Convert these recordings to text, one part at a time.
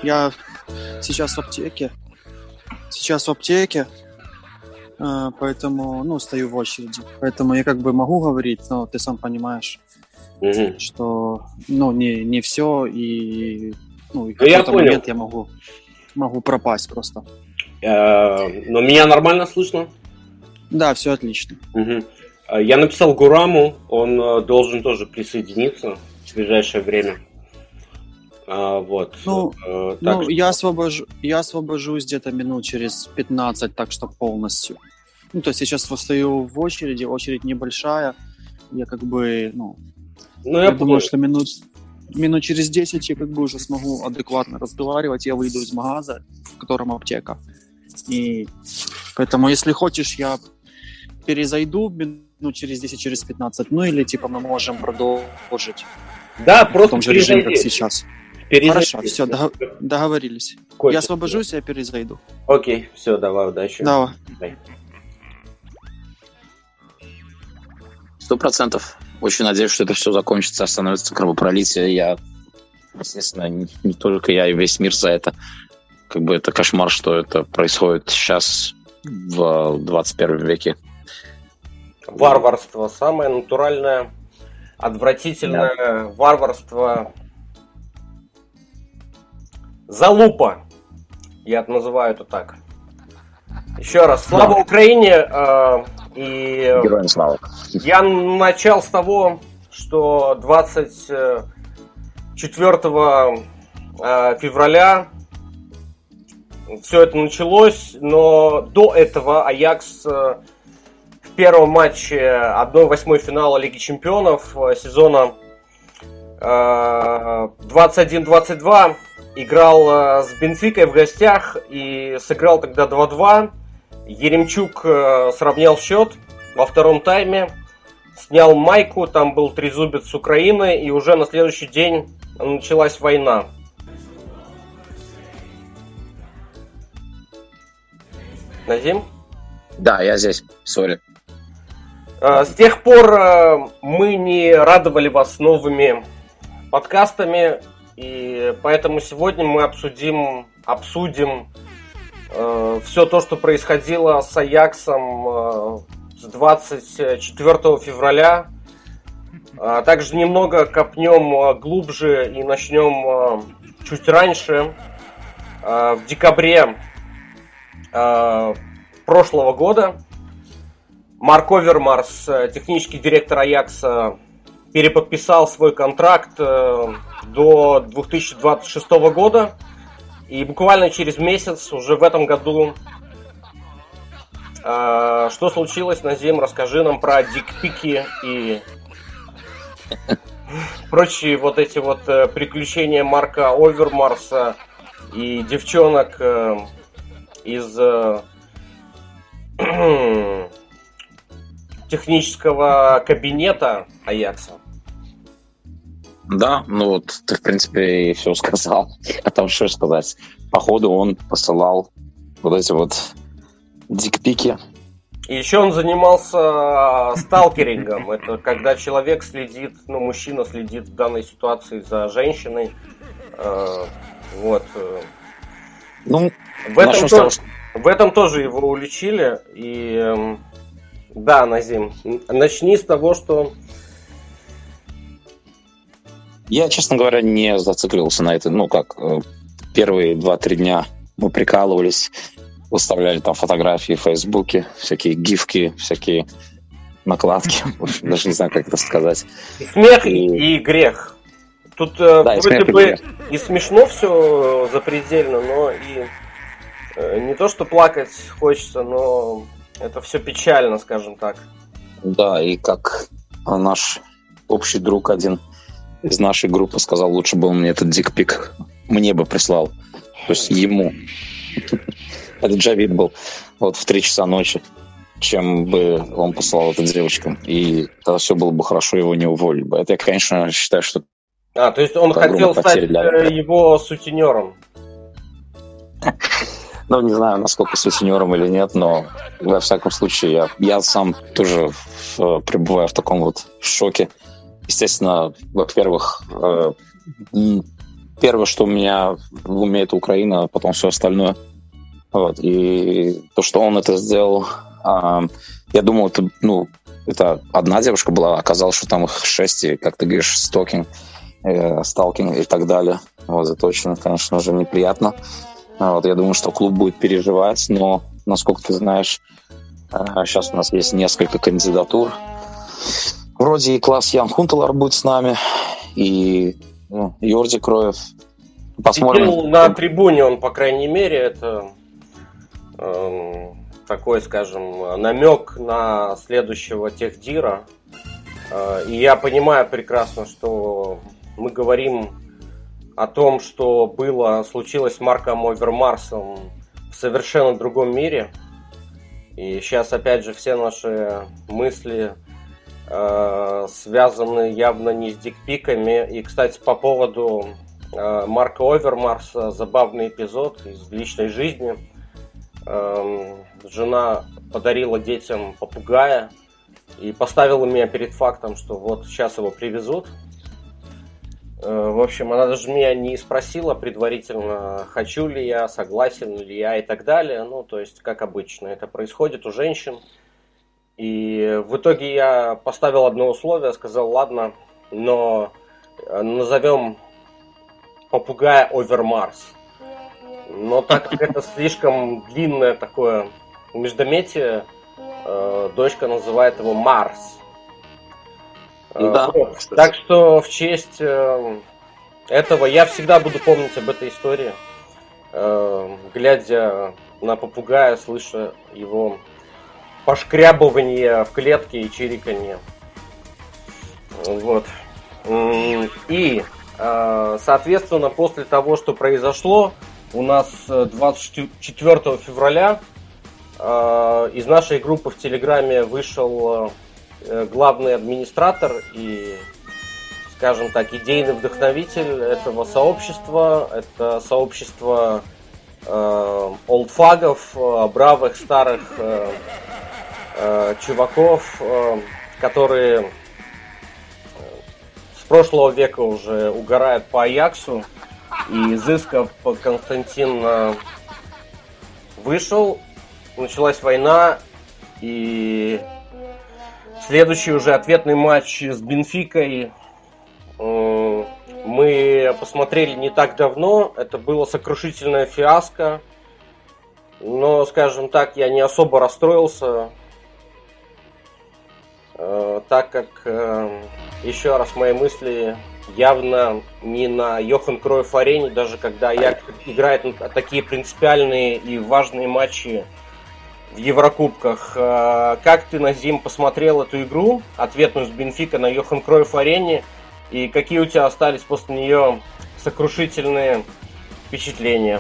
Я сейчас в аптеке. Поэтому, стою в очереди. Поэтому я как бы могу говорить, но ты сам понимаешь, что, не все, и, в какой-то момент я могу пропасть просто. Но меня нормально слышно? Да, все отлично. Я написал Гураму, он должен тоже присоединиться в ближайшее время. Вот. Я освобожусь где-то минут через 15, так что полностью. То есть я сейчас стою в очереди, очередь небольшая. Я как бы, я думаю, что минут через 10 я как бы уже смогу адекватно разговаривать. Я выйду из магаза, в котором аптека. И поэтому, если хочешь, я перезайду минут через 10, через 15. Или типа мы можем продолжить. Да, просто в том же режиме, как сейчас. Хорошо, все, договорились. Я освобожусь, я перезайду. Окей, все, давай, удачи. Давай. 100%. Очень надеюсь, что это все закончится, остановится кровопролитие. Естественно, не только я, и весь мир за это. Как бы это кошмар, что это происходит сейчас в 21 веке. Варварство, самое натуральное, отвратительное варварство. Залупа. Я называю это так. Еще раз, слава Украине. И героям слава. Я начал с того, что 24 февраля все это началось, но до этого Аякс в первом матче 1/8 финала Лиги Чемпионов сезона 21-22 играл с Бенфикой в гостях и сыграл тогда 2-2. Еремчук сравнял счет во втором тайме, снял майку, там был трезубец с Украины, и уже на следующий день началась война. Назим? Да, я здесь, сори. С тех пор мы не радовали вас новыми подкастами, и поэтому сегодня мы обсудим все то, что происходило с Аяксом с 24 февраля. Также немного копнем глубже и начнем чуть раньше. В декабре прошлого года Марк Овермарс, технический директор Аякса, переподписал свой контракт до 2026 года. И буквально через месяц, уже в этом году, что случилось, Назим, расскажи нам про дикпики и прочие вот эти вот приключения Марка Овермарса и девчонок из технического кабинета Аякса. Да, ты, в принципе, и все сказал. А там что сказать? Походу, он посылал вот эти вот дикпики. И еще он занимался сталкерингом. Это когда человек следит, мужчина следит в данной ситуации за женщиной. В этом тоже его уличили. И да, Назим, начни с того, что... Я, честно говоря, не зацикливался на это. Первые 2-3 дня мы прикалывались, выставляли там фотографии в Фейсбуке, всякие гифки, всякие накладки. В общем, даже не знаю, как это сказать. Смех и грех. Тут вроде бы и смешно все запредельно, но и не то, что плакать хочется, но это все печально, скажем так. Да, и как наш общий друг один из нашей группы сказал, лучше бы он мне этот дикпик мне бы прислал. То есть ему. Это Джавид был в 3 часа ночи, чем бы он послал это девочкам. И тогда все было бы хорошо, его не уволили бы. Это я, конечно, считаю, что... то есть он хотел стать его сутенером. Не знаю, насколько сутенером или нет, но во всяком случае я сам тоже пребываю в таком вот шоке. Естественно, во-первых, первое, что у меня в уме, это Украина, а потом все остальное. Вот. И то, что он это сделал, я думал, это одна девушка была, оказалось, что там их 6, и, как ты говоришь, сталкинг и так далее. Вот, это очень, конечно же, неприятно. Вот, я думаю, что клуб будет переживать, но, насколько ты знаешь, сейчас у нас есть несколько кандидатур. Вроде и Класс Ян Хунтелар будет с нами, и Йорди Кроев. Посмотрим. Сидел на трибуне он, по крайней мере, это такой, скажем, намек на следующего техдира. И я понимаю прекрасно, что мы говорим о том, что случилось с Марком Овермарсом в совершенно другом мире. И сейчас, опять же, все наши мысли связаны явно не с дикпиками. И, кстати, по поводу Марка Овермарса, забавный эпизод из личной жизни. Жена подарила детям попугая и поставила меня перед фактом, что вот сейчас его привезут. В общем, она даже меня не спросила предварительно, хочу ли я, согласен ли я и так далее. Ну, то есть, как обычно, это происходит у женщин. И в итоге я поставил одно условие, сказал, ладно, но назовем попугая Овермарс. Но так как это слишком длинное такое междометие, дочка называет его Марс. Да. Так что в честь этого я всегда буду помнить об этой истории, глядя на попугая, слыша его пошкрябывание в клетке и чириканье. Вот. И, соответственно, после того, что произошло, у нас 24 февраля из нашей группы в Телеграме вышел главный администратор и, скажем так, идейный вдохновитель этого сообщества. Это сообщество олдфагов, бравых старых чуваков, которые с прошлого века уже угорают по Аяксу. И Зысков Константин вышел, началась война, и следующий уже ответный матч с Бенфикой мы посмотрели не так давно. Это было сокрушительное фиаско, но, скажем так, я не особо расстроился, так как, еще раз, мои мысли явно не на Йохан Кройф арене, даже когда Аякс играет на такие принципиальные и важные матчи в Еврокубках. Как ты, Назим, посмотрел эту игру, ответную с Бенфика на Йохан Кройф арене, и какие у тебя остались после нее сокрушительные впечатления?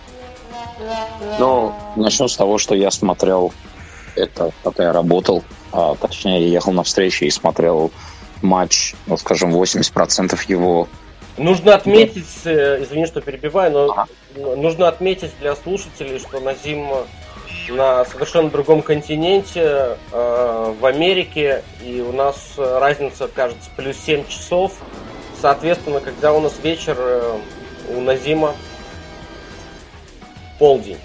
Ну, начну с того, что я смотрел это, пока я работал, точнее, я ехал на встречу и смотрел матч, ну, скажем, 80% его. Нужно отметить, извини, что перебиваю, но нужно отметить для слушателей, что Назим на совершенно другом континенте, в Америке, и у нас разница, кажется, плюс 7 часов. Соответственно, когда у нас вечер, у Назима полдень.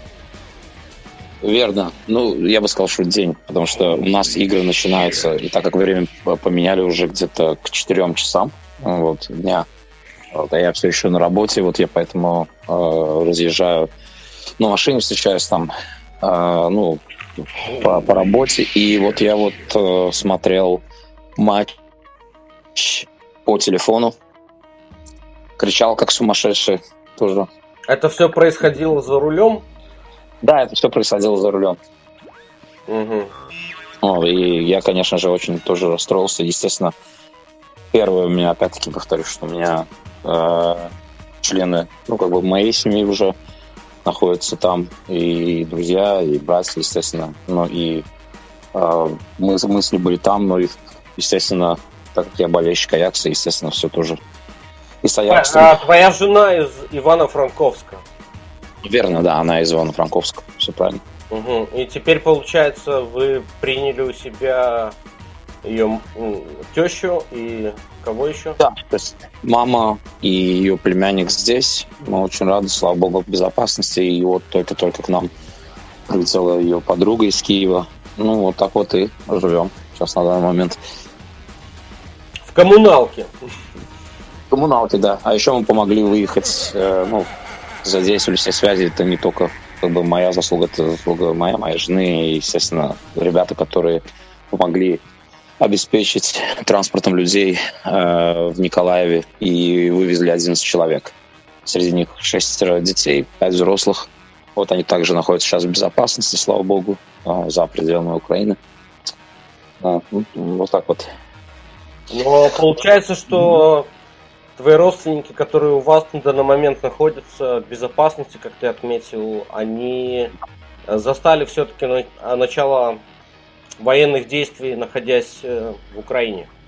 Верно. Ну, я бы сказал, что день, потому что у нас игры начинаются, и так как время поменяли уже где-то к 4 часам вот, дня, вот, а я все еще на работе, вот я поэтому разъезжаю на машине, встречаюсь там, ну, по работе, и вот я вот смотрел матч по телефону, кричал как сумасшедший тоже. Это все происходило за рулем? Да, это все происходило за рулем. Угу. И я, конечно же, очень тоже расстроился. Естественно, первое у меня, опять-таки, повторюсь, что у меня члены, ну, как бы моей семьи уже находятся там, и друзья, и братья, естественно. Ну, и мысли были там, но, естественно, так как я болельщик Аякса, естественно, все тоже. И с Аяксом. А твоя жена из Ивано-Франковска? Верно, да, она из Ивано-Франковска, все правильно. Угу. И теперь, получается, вы приняли у себя ее тещу и Кого еще? Да, то есть мама и ее племянник здесь. Мы очень рады, слава богу, безопасности. И вот только-только к нам прилетела ее подруга из Киева. Ну, вот так вот и живем сейчас на данный момент. В коммуналке. В коммуналке, да. А еще мы помогли выехать, задействовали все связи. Это не только как бы моя заслуга, это заслуга моей жены и, естественно, ребята, которые помогли обеспечить транспортом людей в Николаеве и вывезли 11 человек. Среди них 6 детей, 5 взрослых. Вот они также находятся сейчас в безопасности, слава богу, за пределами Украины. Вот так вот. Но получается, что твои родственники, которые у вас на данный момент находятся в безопасности, как ты отметил, они застали все-таки начало военных действий, находясь в Украине.